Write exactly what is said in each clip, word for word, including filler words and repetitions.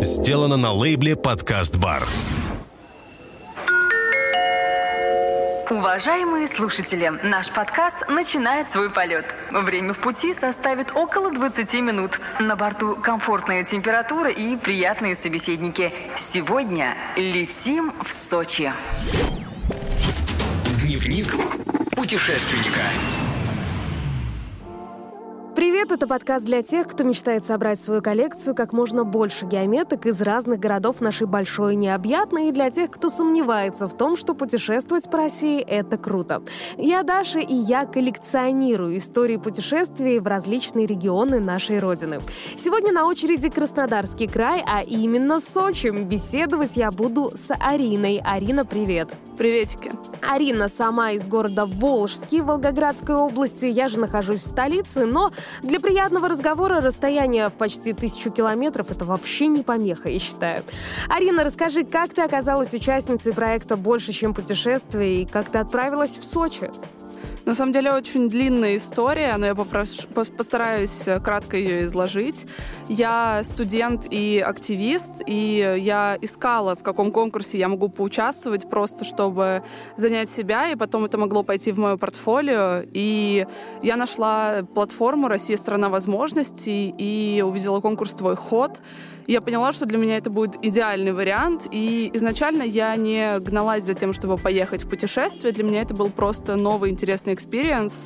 сделано на лейбле «Подкаст Бар». Уважаемые слушатели, наш подкаст начинает свой полет. Время в пути составит около двадцать минут. На борту комфортная температура и приятные собеседники. Сегодня летим в Сочи. Дневник путешественника. Привет, это подкаст для тех, кто мечтает собрать в свою коллекцию как можно больше геометок из разных городов нашей большой и необъятной, и для тех, кто сомневается в том, что путешествовать по России — это круто. Я Даша, и я коллекционирую истории путешествий в различные регионы нашей Родины. Сегодня на очереди Краснодарский край, а именно Сочи. Беседовать я буду с Ариной. Арина, привет. Приветики. Арина сама из города Волжский, Волгоградской области. Я же нахожусь в столице, но для приятного разговора расстояние в почти тысячу километров — это вообще не помеха, я считаю. Арина, расскажи, как ты оказалась участницей проекта «Больше, чем путешествие» и как ты отправилась в Сочи? На самом деле очень длинная история, но я попрошу, постараюсь кратко ее изложить. Я студент и активист, и я искала, в каком конкурсе я могу поучаствовать, просто чтобы занять себя, и потом это могло пойти в мое портфолио. И я нашла платформу «Россия — страна возможностей» и увидела конкурс «Твой ход». Я поняла, что для меня это будет идеальный вариант, и изначально я не гналась за тем, чтобы поехать в путешествие. Для меня это был просто новый интересный экспириенс.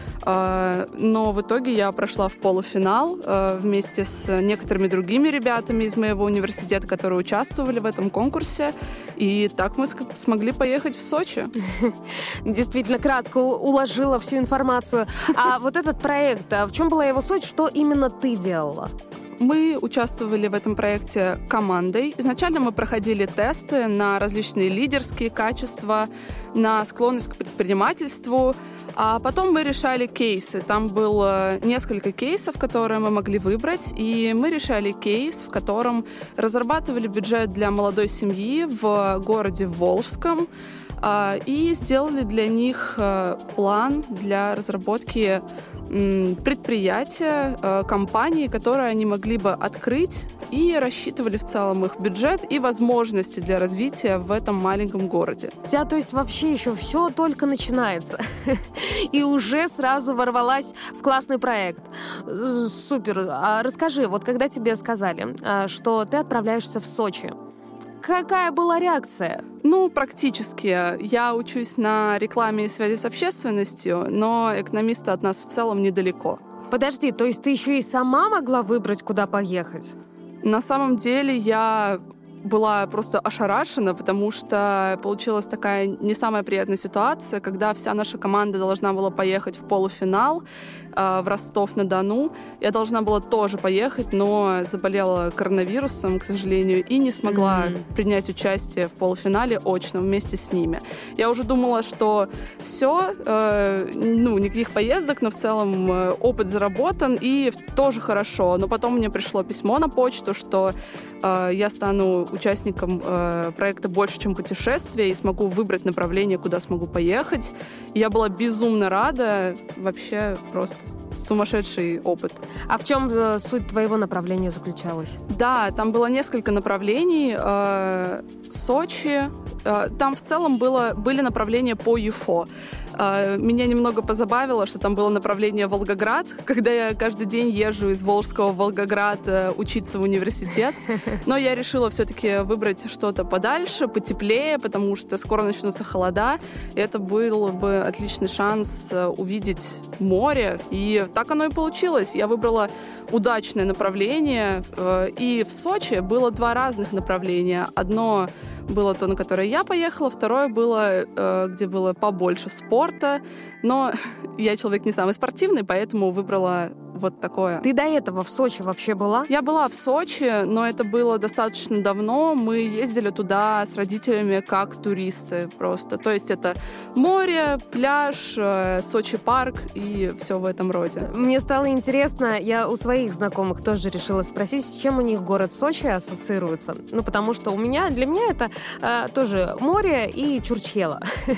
Но в итоге я прошла в полуфинал вместе с некоторыми другими ребятами из моего университета, которые участвовали в этом конкурсе. И так мы смогли поехать в Сочи. Действительно, кратко уложила всю информацию. А вот этот проект, в чем была его суть? Что именно ты делала? Мы участвовали в этом проекте командой. Изначально мы проходили тесты на различные лидерские качества, на склонность к предпринимательству, а потом мы решали кейсы. Там было несколько кейсов, которые мы могли выбрать, и мы решали кейс, в котором разрабатывали бюджет для молодой семьи в городе Волжском и сделали для них план для разработки предприятия, компании, которые они могли бы открыть, и рассчитывали в целом их бюджет и возможности для развития в этом маленьком городе. У тебя, то есть, вообще еще все только начинается. И уже сразу ворвалась в классный проект. Супер. А расскажи, вот когда тебе сказали, что ты отправляешься в Сочи, какая была реакция? Ну, практически. Я учусь на рекламе и связи с общественностью, но экономисты от нас в целом недалеко. Подожди, то есть ты еще и сама могла выбрать, куда поехать? На самом деле я была просто ошарашена, потому что получилась такая не самая приятная ситуация, когда вся наша команда должна была поехать в полуфинал э, в Ростов-на-Дону. Я должна была тоже поехать, но заболела коронавирусом, к сожалению, и не смогла mm-hmm. принять участие в полуфинале очно вместе с ними. Я уже думала, что все, э, ну, никаких поездок, но в целом э, опыт заработан, и тоже хорошо. Но потом мне пришло письмо на почту, что э, я стану участником э, проекта «Больше, чем путешествие» и смогу выбрать направление, куда смогу поехать. И я была безумно рада. Вообще просто сумасшедший опыт. А в чем э, суть твоего направления заключалась? Да, там было несколько направлений. Э, Сочи. Э, там в целом было, были направления по ЮФО. Э, меня немного позабавило, что там было направление Волгоград, когда я каждый день езжу из Волжского в Волгоград э, учиться в университет. Но я решила все-таки выбрать что-то подальше, потеплее, потому что скоро начнутся холода. И это был бы отличный шанс увидеть море. И так оно и получилось. Я выбрала удачное направление. И в Сочи было два разных направления. Одно было то, на которое я поехала, второе было, где было побольше спорта. Но я человек не самый спортивный, поэтому выбрала вот такое. Ты до этого в Сочи вообще была? Я была в Сочи, но это было достаточно давно. Мы ездили туда с родителями как туристы просто. То есть это море, пляж, Сочи-парк и все в этом роде. Мне стало интересно, я у своих знакомых тоже решила спросить, с чем у них город Сочи ассоциируется. Ну, потому что у меня, для меня это э, тоже море и Чурчхела.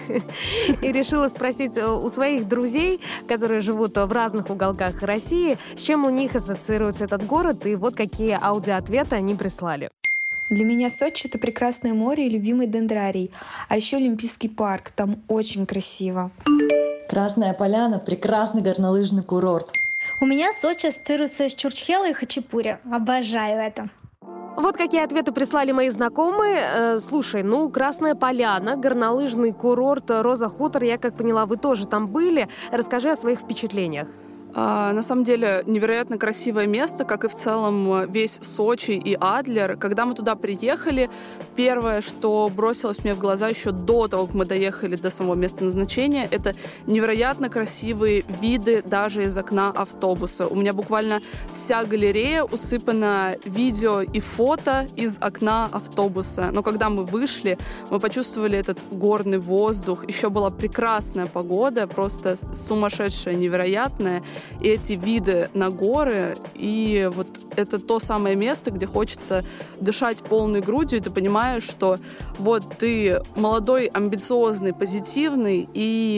И решила спросить у своих друзей, которые живут в разных уголках России, с чем у них ассоциируется этот город, и вот какие аудиоответы они прислали. Для меня Сочи — это прекрасное море и любимый дендрарий. А еще Олимпийский парк. Там очень красиво. Красная Поляна — прекрасный горнолыжный курорт. У меня Сочи ассоциируется с Чурчхелой и Хачапури. Обожаю это. Вот какие ответы прислали мои знакомые. Э, слушай, ну, Красная Поляна, горнолыжный курорт, Роза Хутор, я как поняла, вы тоже там были. Расскажи о своих впечатлениях. А, на самом деле, невероятно красивое место, как и в целом весь Сочи и Адлер. Когда мы туда приехали, первое, что бросилось мне в глаза еще до того, как мы доехали до самого места назначения, это невероятно красивые виды даже из окна автобуса. У меня буквально вся галерея усыпана видео и фото из окна автобуса. Но когда мы вышли, мы почувствовали этот горный воздух. Еще была прекрасная погода, просто сумасшедшая, невероятная. И эти виды на горы, и вот это то самое место, где хочется дышать полной грудью, и ты понимаешь, что вот ты молодой, амбициозный, позитивный,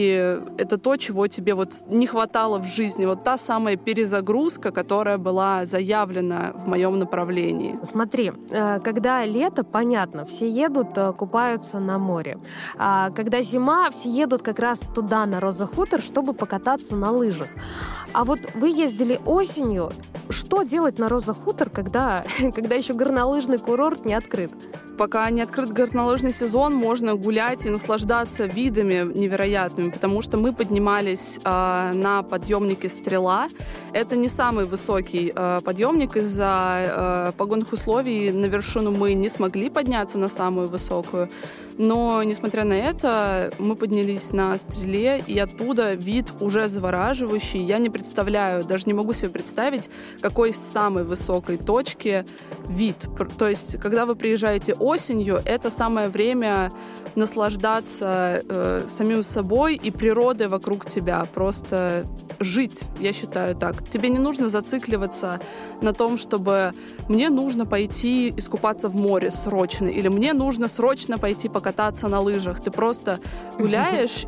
и это то, чего тебе вот не хватало в жизни. Вот та самая перезагрузка, которая была заявлена в моем направлении. Смотри, когда лето, понятно, все едут, купаются на море. А когда зима, все едут как раз туда, на Роза Хутор, чтобы покататься на лыжах. А вот вы ездили осенью. Что делать на Роза Хутор, когда, когда еще горнолыжный курорт не открыт? Пока не открыт горнолыжный сезон, можно гулять и наслаждаться видами невероятными, потому что мы поднимались э, на подъемнике «Стрела». Это не самый высокий э, подъемник. Из-за э, погодных условий на вершину мы не смогли подняться на самую высокую. Но, несмотря на это, мы поднялись на «Стреле», и оттуда вид уже завораживающий. Я не представляю, даже не могу себе представить, какой с самой высокой точки вид. То есть, когда вы приезжаете осенью, это самое время наслаждаться э, самим собой и природой вокруг тебя. Просто жить, я считаю так. Тебе не нужно зацикливаться на том, чтобы мне нужно пойти искупаться в море срочно, или мне нужно срочно пойти покататься на лыжах. Ты просто гуляешь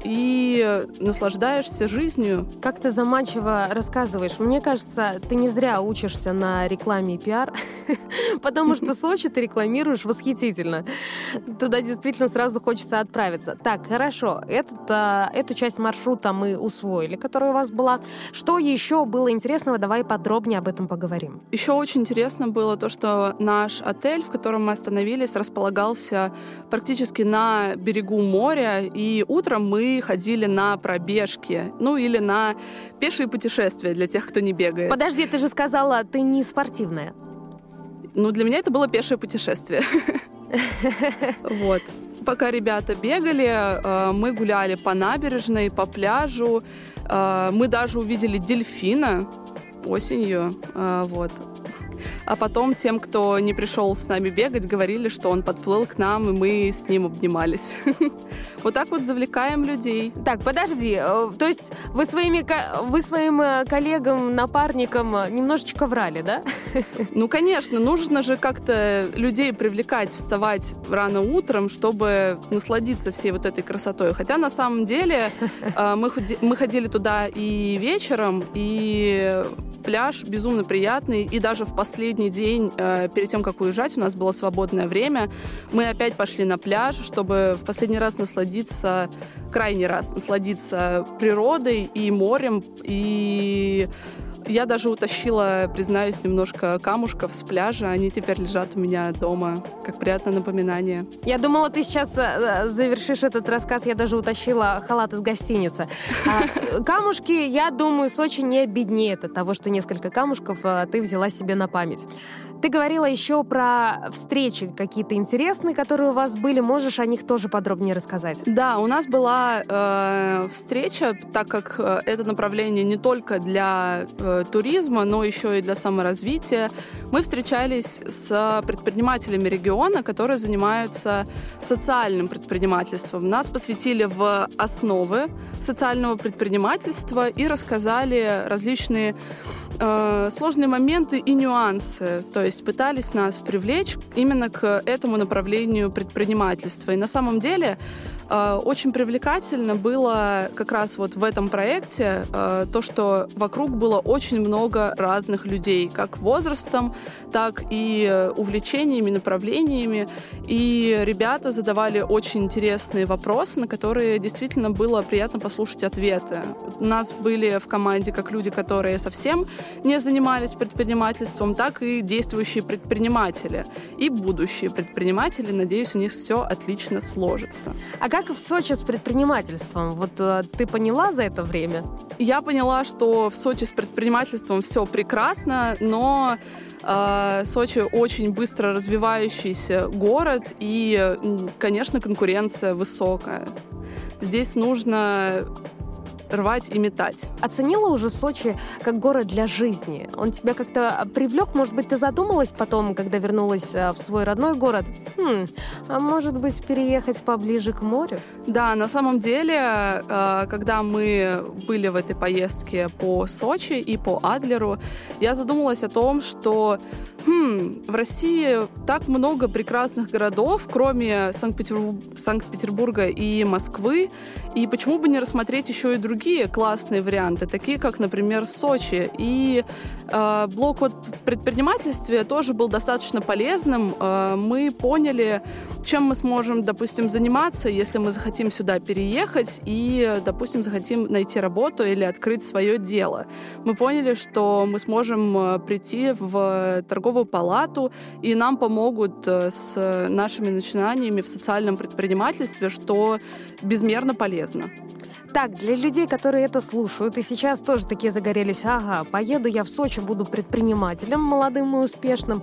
и наслаждаешься жизнью. Как ты заманчиво рассказываешь. Мне кажется, ты не зря учишься на рекламе и пиар, потому что Сочи ты рекламируешь восхитительно. Туда действительно сразу хочется отправиться. Так, хорошо. Этот, а, эту часть маршрута мы усвоили, которая у вас была. Что еще было интересного? Давай подробнее об этом поговорим. Еще очень интересно было то, что наш отель, в котором мы остановились, располагался практически на берегу моря, и утром мы ходили на пробежки, ну или на пешие путешествия для тех, кто не бегает. Подожди, ты же сказала, ты не спортивная. Ну, для меня это было пешее путешествие. Вот. Пока ребята бегали, мы гуляли по набережной, по пляжу. Мы даже увидели дельфина осенью. Вот. А потом тем, кто не пришел с нами бегать, говорили, что он подплыл к нам, и мы с ним обнимались. Вот так вот завлекаем людей. Так, подожди. То есть вы, своими, вы своим коллегам, напарникам немножечко врали, да? Ну, конечно. Нужно же как-то людей привлекать, вставать рано утром, чтобы насладиться всей вот этой красотой. Хотя на самом деле мы ходили туда и вечером, и пляж безумно приятный, и даже в последний день, э, перед тем, как уезжать, у нас было свободное время, мы опять пошли на пляж, чтобы в последний раз насладиться, крайний раз насладиться природой и морем, и я даже утащила, признаюсь, немножко камушков с пляжа. Они теперь лежат у меня дома, как приятное напоминание. Я думала, ты сейчас завершишь этот рассказ. Я даже утащила халат из гостиницы. А, камушки, я думаю, Сочи не обеднеет от того, что несколько камушков ты взяла себе на память. Ты говорила еще про встречи какие-то интересные, которые у вас были. Можешь о них тоже подробнее рассказать? Да, у нас была э, встреча, так как э, это направление не только для э, туризма, но еще и для саморазвития. Мы встречались с предпринимателями региона, которые занимаются социальным предпринимательством. Нас посвятили в основы социального предпринимательства и рассказали различные э, сложные моменты и нюансы. То есть пытались нас привлечь именно к этому направлению предпринимательства. И на самом деле э, очень привлекательно было как раз вот в этом проекте э, то, что вокруг было очень много разных людей, как возрастом, так и увлечениями, направлениями. И ребята задавали очень интересные вопросы, на которые действительно было приятно послушать ответы. У нас были в команде как люди, которые совсем не занимались предпринимательством, так и действующие предприниматели. И будущие предприниматели. Надеюсь, у них все отлично сложится. А как в Сочи с предпринимательством? Вот ты поняла за это время? Я поняла, что в Сочи с предпринимательством все прекрасно, но э, Сочи очень быстро развивающийся город, и, конечно, конкуренция высокая. Здесь нужно рвать и метать. Оценила уже Сочи как город для жизни? Он тебя как-то привлек? Может быть, ты задумалась потом, когда вернулась в свой родной город? Хм, а может быть, переехать поближе к морю? Да, на самом деле, когда мы были в этой поездке по Сочи и по Адлеру, я задумалась о том, что хм, в России так много прекрасных городов, кроме Санкт-Петербурга, Санкт-Петербурга и Москвы, и почему бы не рассмотреть еще и другие Другие классные варианты, такие как, например, Сочи. И э, блок о предпринимательстве тоже был достаточно полезным. Э, мы поняли, чем мы сможем, допустим, заниматься, если мы захотим сюда переехать и, допустим, захотим найти работу или открыть свое дело. Мы поняли, что мы сможем прийти в торговую палату, и нам помогут с нашими начинаниями в социальном предпринимательстве, что безмерно полезно. Так, для людей, которые это слушают, и сейчас тоже такие загорелись, ага, поеду я в Сочи, буду предпринимателем, молодым и успешным.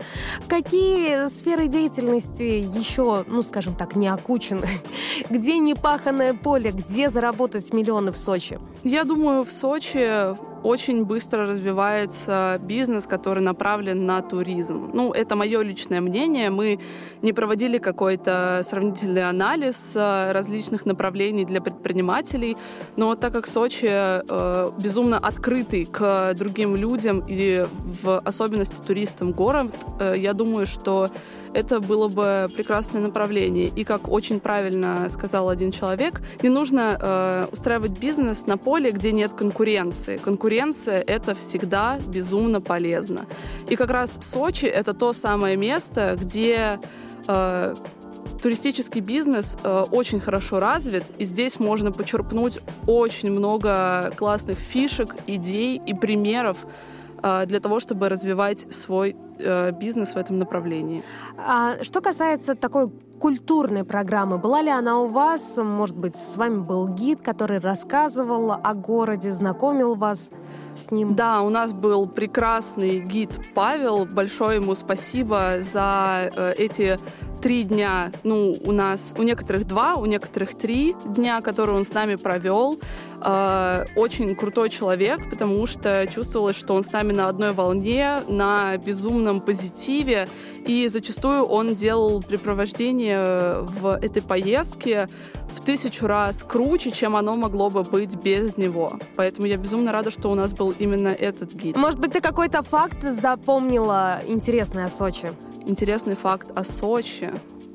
Какие сферы деятельности еще, ну, скажем так, не окучены? Где непаханное поле? Где заработать миллионы в Сочи? Я думаю, в Сочи очень быстро развивается бизнес, который направлен на туризм. Ну, это мое личное мнение. Мы не проводили какой-то сравнительный анализ различных направлений для предпринимателей, но так как Сочи э, безумно открытый к другим людям и в особенности туристам город, э, я думаю, что это было бы прекрасное направление. И, как очень правильно сказал один человек, не нужно э, устраивать бизнес на поле, где нет конкуренции. Конкуренция — это всегда безумно полезно. И как раз Сочи — это то самое место, где э, туристический бизнес э, очень хорошо развит, и здесь можно почерпнуть очень много классных фишек, идей и примеров э, для того, чтобы развивать свой э, бизнес в этом направлении. А что касается такой культурной программы, была ли она у вас? Может быть, с вами был гид, который рассказывал о городе, знакомил вас с ним? Да, у нас был прекрасный гид Павел. Большое ему спасибо за э, эти три дня. Ну, у нас, у некоторых два, у некоторых три дня, которые он с нами провел. Э, очень крутой человек, потому что чувствовалось, что он с нами на одной волне, на безумном позитиве. И зачастую он делал препровождение в этой поездке в тысячу раз круче, чем оно могло бы быть без него. Поэтому я безумно рада, что у нас был именно этот гид. Может быть, ты какой-то факт запомнила интересный о Сочи? Интересный факт о Сочи.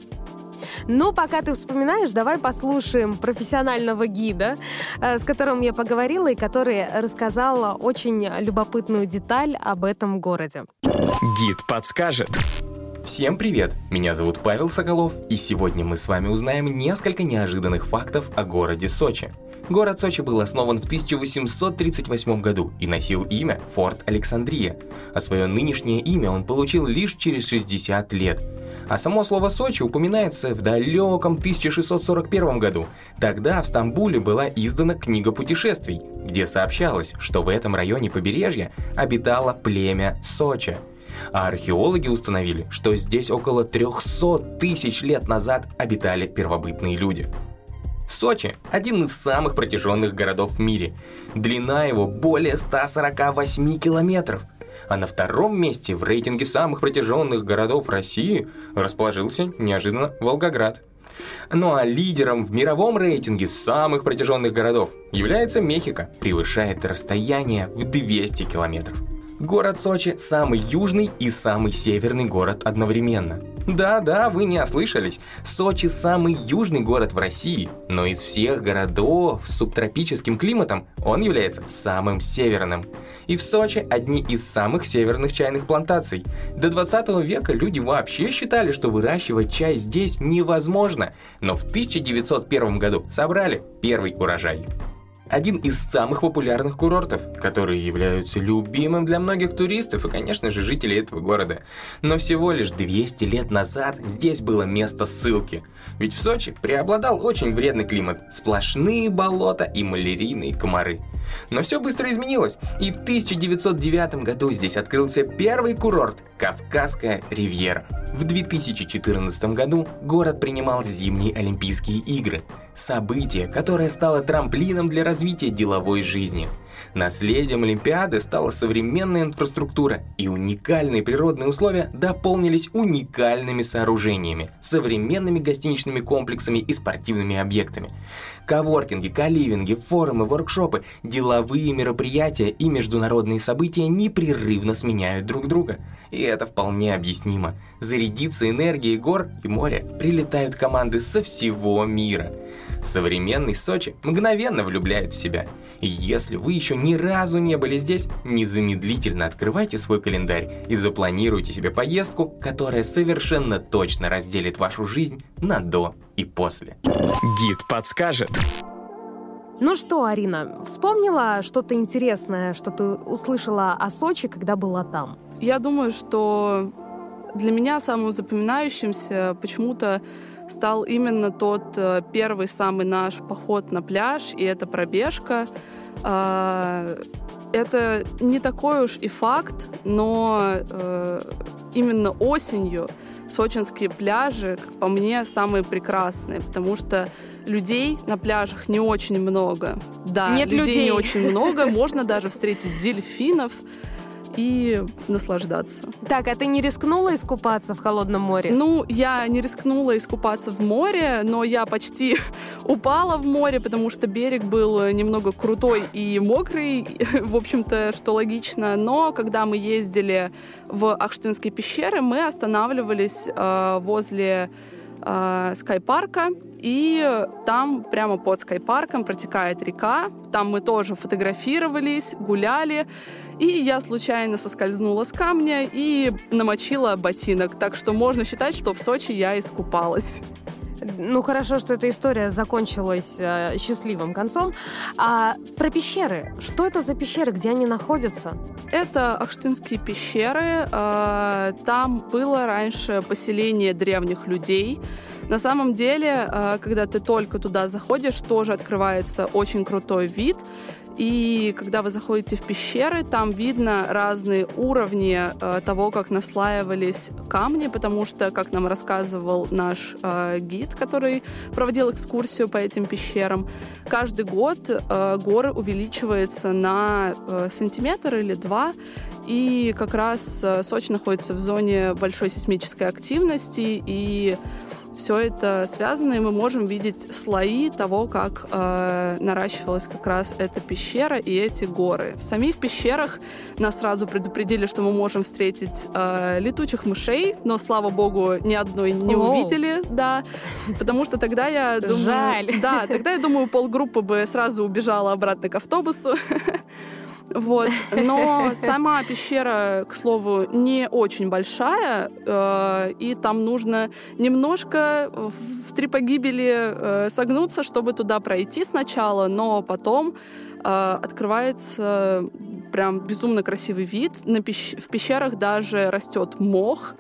Ну, пока ты вспоминаешь, давай послушаем профессионального гида, с которым я поговорила и который рассказал очень любопытную деталь об этом городе. Гид подскажет. Всем привет! Меня зовут Павел Соколов, и сегодня мы с вами узнаем несколько неожиданных фактов о городе Сочи. Город Сочи был основан в тысяча восемьсот тридцать восьмом году и носил имя Форт Александрия, а свое нынешнее имя он получил лишь через шестьдесят лет. А само слово «Сочи» упоминается в далеком тысяча шестьсот сорок первом году. Тогда в Стамбуле была издана книга путешествий, где сообщалось, что в этом районе побережья обитало племя Сочи. А археологи установили, что здесь около трехсот тысяч лет назад обитали первобытные люди. Сочи – один из самых протяженных городов в мире. Длина его более ста сорока восьми километров. А на втором месте в рейтинге самых протяженных городов России расположился неожиданно Волгоград. Ну а лидером в мировом рейтинге самых протяженных городов является Мехико, превышает расстояние в двести километров. Город Сочи – самый южный и самый северный город одновременно. Да-да, вы не ослышались. Сочи – самый южный город в России, но из всех городов с субтропическим климатом он является самым северным. И в Сочи одни из самых северных чайных плантаций. До двадцатого века люди вообще считали, что выращивать чай здесь невозможно, но в тысяча девятьсот первом году собрали первый урожай. Один из самых популярных курортов, которые являются любимым для многих туристов и, конечно же, жителей этого города. Но всего лишь двести лет назад здесь было место ссылки. Ведь в Сочи преобладал очень вредный климат, сплошные болота и малярийные комары. Но все быстро изменилось, и в тысяча девятьсот девятом году здесь открылся первый курорт – Кавказская ривьера. В две тысячи четырнадцатом году город принимал зимние Олимпийские игры – событие, которое стало трамплином для развития деловой жизни. Наследием Олимпиады стала современная инфраструктура, и уникальные природные условия дополнились уникальными сооружениями, современными гостиничными комплексами и спортивными объектами. Коворкинги, коливинги, форумы, воркшопы, деловые мероприятия и международные события непрерывно сменяют друг друга. И это вполне объяснимо. Зарядиться энергией гор и моря прилетают команды со всего мира. Современный Сочи мгновенно влюбляет в себя. И если вы еще ни разу не были здесь, незамедлительно открывайте свой календарь и запланируйте себе поездку, которая совершенно точно разделит вашу жизнь на до и после. Гид подскажет. Ну что, Арина, вспомнила что-то интересное, что ты услышала о Сочи, когда была там? Я думаю, что для меня самым запоминающимся почему-то стал именно тот первый самый наш поход на пляж, и это пробежка. Это не такой уж и факт, но именно осенью сочинские пляжи, как по мне, самые прекрасные, потому что людей на пляжах не очень много. Да, Нет людей, людей не очень много, можно даже встретить дельфинов и наслаждаться. Так, а ты не рискнула искупаться в холодном море? Ну, я не рискнула искупаться в море, но я почти упала в море, потому что берег был немного крутой и мокрый, в общем-то, что логично. Но когда мы ездили в Ахштынские пещеры, мы останавливались э, возле э, скайпарка, и там прямо под скайпарком протекает река. Там мы тоже фотографировались, гуляли. И я случайно соскользнула с камня и намочила ботинок. Так что можно считать, что в Сочи я искупалась. Ну, хорошо, что эта история закончилась э, счастливым концом. А про пещеры. Что это за пещеры? Где они находятся? Это Ахштынские пещеры. Э, там было раньше поселение древних людей. На самом деле, э, когда ты только туда заходишь, тоже открывается очень крутой вид. И когда вы заходите в пещеры, там видно разные уровни э, того, как наслаивались камни, потому что, как нам рассказывал наш э, гид, который проводил экскурсию по этим пещерам, каждый год э, горы увеличиваются на э, сантиметр или два, и как раз э, Сочи находится в зоне большой сейсмической активности, и все это связано, и мы можем видеть слои того, как э, наращивалась как раз эта пещера и эти горы. В самих пещерах нас сразу предупредили, что мы можем встретить э, летучих мышей, но, слава богу, ни одной не Оу. увидели, да, потому что тогда я думаю... Жаль. Да, тогда я думаю, полгруппы бы сразу убежала обратно к автобусу. Вот. Но сама пещера, к слову, не очень большая, э, и там нужно немножко в три погибели э, согнуться, чтобы туда пройти сначала, но потом э, открывается прям безумно красивый вид. На пещ... В пещерах даже растет мох,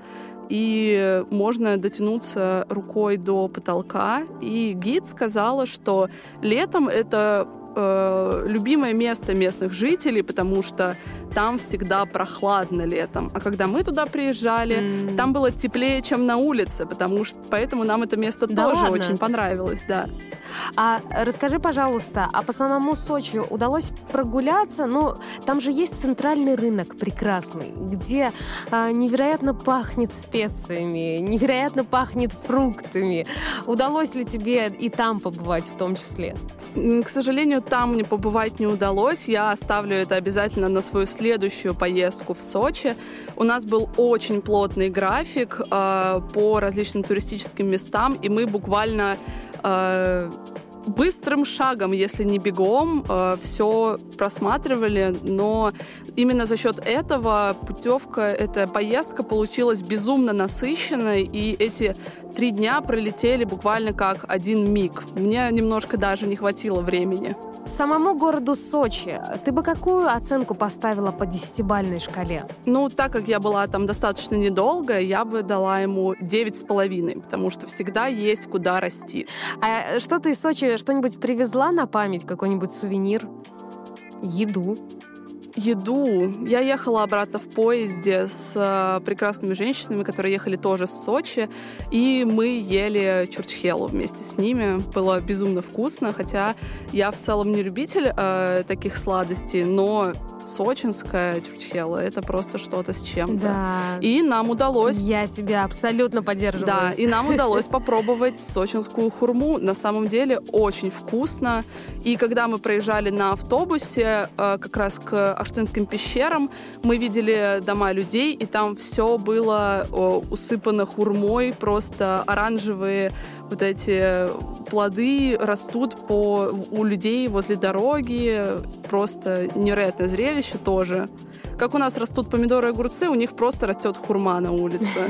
и можно дотянуться рукой до потолка. И гид сказала, что летом это любимое место местных жителей, потому что там всегда прохладно летом. А когда мы туда приезжали, mm. там было теплее, чем на улице, потому что поэтому нам это место да тоже ладно? очень понравилось, да. А расскажи, пожалуйста, а по самому Сочи удалось прогуляться? Ну, там же есть центральный рынок прекрасный, где а, невероятно пахнет специями, невероятно пахнет фруктами. Удалось ли тебе и там побывать в том числе? К сожалению, там мне побывать не удалось. Я оставлю это обязательно на свою следующую поездку в Сочи. У нас был очень плотный график э, по различным туристическим местам, и мы буквально э, быстрым шагом, если не бегом, э, все просматривали, но именно за счет этого путевка, эта поездка получилась безумно насыщенной, и эти три дня пролетели буквально как один миг. Мне немножко даже не хватило времени. Самому городу Сочи ты бы какую оценку поставила по десятибалльной шкале? Ну, так как я была там достаточно недолго, я бы дала ему девять с половиной, потому что всегда есть куда расти. А что ты из Сочи что-нибудь привезла на память? Какой-нибудь сувенир? Еду? Еду. Я ехала обратно в поезде с э, прекрасными женщинами, которые ехали тоже с Сочи, и мы ели чурчхелу вместе с ними. Было безумно вкусно, хотя я в целом не любитель э, таких сладостей, но сочинская чурчхела — это просто что-то с чем-то. Да. И нам удалось... Я тебя абсолютно поддерживаю. Да, и нам удалось попробовать сочинскую хурму. На самом деле очень вкусно. И когда мы проезжали на автобусе как раз к Аштынским пещерам, мы видели дома людей, и там все было усыпано хурмой, просто оранжевые вот эти плоды растут по, у людей возле дороги. Просто невероятное зрелище тоже. Как у нас растут помидоры и огурцы, у них просто растет хурма на улице.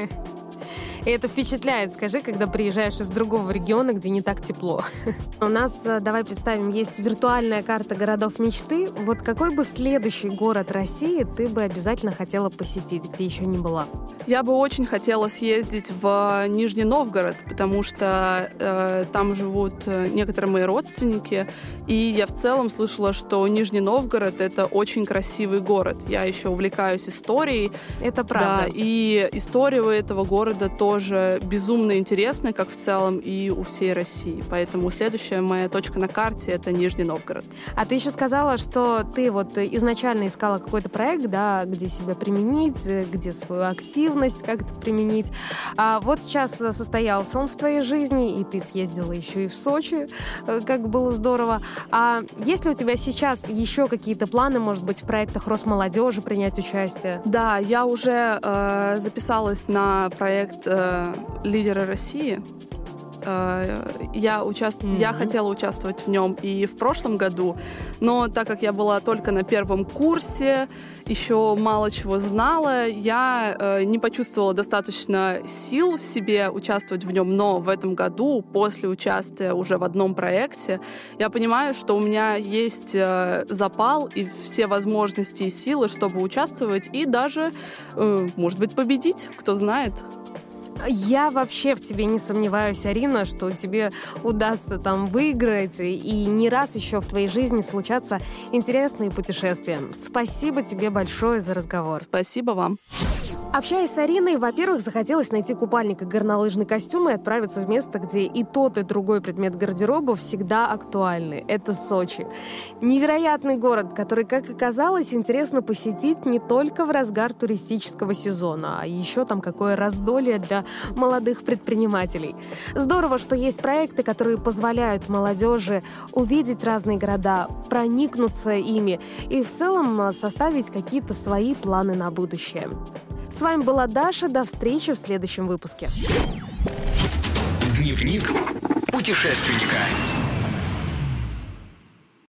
И это впечатляет, скажи, когда приезжаешь из другого региона, где не так тепло. У нас, давай представим, есть виртуальная карта городов мечты. Вот какой бы следующий город России ты бы обязательно хотела посетить, где еще не была? Я бы очень хотела съездить в Нижний Новгород, потому что э, там живут некоторые мои родственники, и я в целом слышала, что Нижний Новгород — это очень красивый город. Я еще увлекаюсь историей. Это правда. Да, и история у этого города тоже безумно интересная, как в целом и у всей России. Поэтому следующая моя точка на карте — это Нижний Новгород. А ты еще сказала, что ты вот изначально искала какой-то проект, да, где себя применить, где свою активность как-то применить. А вот сейчас состоялся он в твоей жизни, и ты съездила еще и в Сочи, как было здорово. А есть ли у тебя сейчас еще какие-то планы, может быть, в проектах Росмолодежи принять участие? Да, я уже э, записалась на проект э, «Лидеры России». Я, участ... mm-hmm. я хотела участвовать в нем и в прошлом году, но так как я была только на первом курсе, еще мало чего знала, я э, не почувствовала достаточно сил в себе участвовать в нем, но в этом году, после участия уже в одном проекте, я понимаю, что у меня есть э, запал и все возможности и силы, чтобы участвовать и даже, э, может быть, победить, кто знает. Я вообще в тебе не сомневаюсь, Арина, что тебе удастся там выиграть, и не раз еще в твоей жизни случатся интересные путешествия. Спасибо тебе большое за разговор. Спасибо вам. Общаясь с Ариной, во-первых, захотелось найти купальник и горнолыжный костюм и отправиться в место, где и тот, и другой предмет гардероба всегда актуальны. Это Сочи. Невероятный город, который, как оказалось, интересно посетить не только в разгар туристического сезона, а еще там какое раздолье для молодых предпринимателей. Здорово, что есть проекты, которые позволяют молодежи увидеть разные города, проникнуться ими и в целом составить какие-то свои планы на будущее. С вами была Даша. До встречи в следующем выпуске. Дневник путешественника.